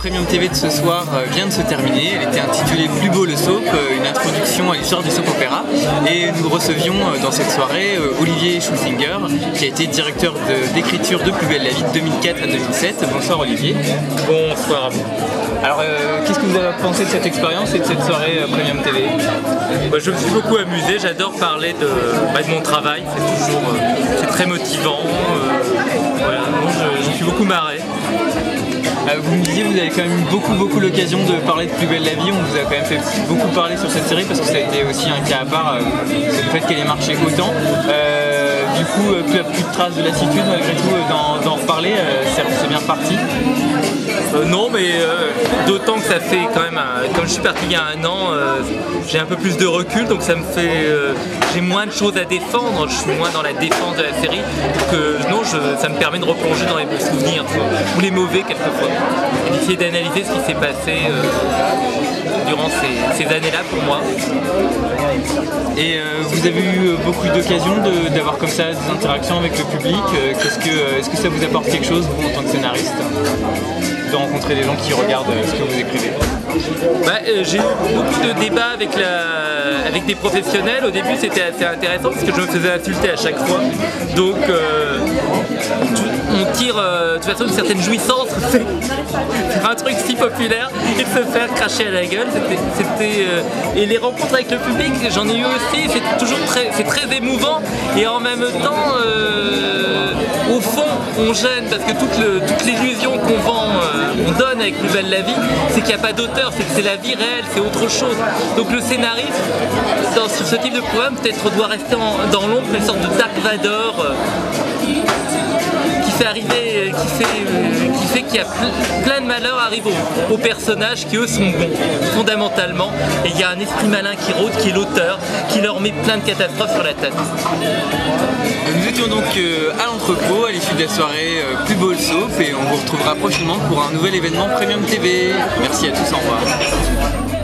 Premium TV de ce soir vient de se terminer. Elle était intitulée Plus beau le soap, une introduction à l'histoire du soap opéra. Et nous recevions dans cette soirée Olivier Schulzinger, qui a été directeur d'écriture de Plus belle la vie de 2004 à 2007. Bonsoir Olivier. Bonsoir à vous. Alors qu'est-ce que vous avez pensé de cette expérience et de cette soirée Premium TV? Je me suis beaucoup amusé, j'adore parler de mon travail, c'est très motivant. Voilà, je suis beaucoup marré. Vous me disiez que vous avez quand même eu beaucoup l'occasion de parler de Plus belle la vie. On vous a quand même fait beaucoup parler sur cette série parce que ça a été aussi un cas à part, c'est le fait qu'elle ait marché autant. Du coup, plus de traces de lassitude malgré tout d'en reparler, c'est bien reparti. Non, mais d'autant que ça fait quand même, comme je suis parti il y a un an, j'ai un peu plus de recul, donc ça me fait, j'ai moins de choses à défendre, je suis moins dans la défense de la série, donc ça me permet de replonger dans les bons souvenirs, ou les mauvais quelquefois, et d'essayer d'analyser ce qui s'est passé durant ces années-là pour moi. Et vous avez eu beaucoup d'occasions d'avoir comme ça des interactions avec le public. Est-ce que ça vous apporte quelque chose, vous, en tant que scénariste, de rencontrer des gens qui regardent ce que vous écrivez? J'ai eu beaucoup de débats avec des professionnels. Au début, c'était assez intéressant parce que je me faisais insulter à chaque fois. Donc, on tire de toute façon une certaine jouissance. C'est un truc si populaire et de se faire cracher à la gueule. Et les rencontres avec le public, j'en ai eu aussi. C'est très émouvant et en même temps, au fond, on gêne parce que toute l'illusion qu'on donne avec Plus belle la vie, c'est qu'il n'y a pas d'auteur, c'est que c'est la vie réelle, c'est autre chose. Donc le scénariste, sur ce type de programme, peut-être doit rester dans l'ombre, une sorte de Dark Vador qui fait qu'il y a plein de malheurs arrivent aux personnages qui eux sont bons, fondamentalement. Et il y a un esprit malin qui rôde, qui est l'auteur, qui leur met plein de catastrophes sur la tête. Nous étions donc à l'entrepôt à l'issue de la soirée Plus beau le soap et on vous retrouvera prochainement pour un nouvel événement Premium TV. Merci à tous, au revoir.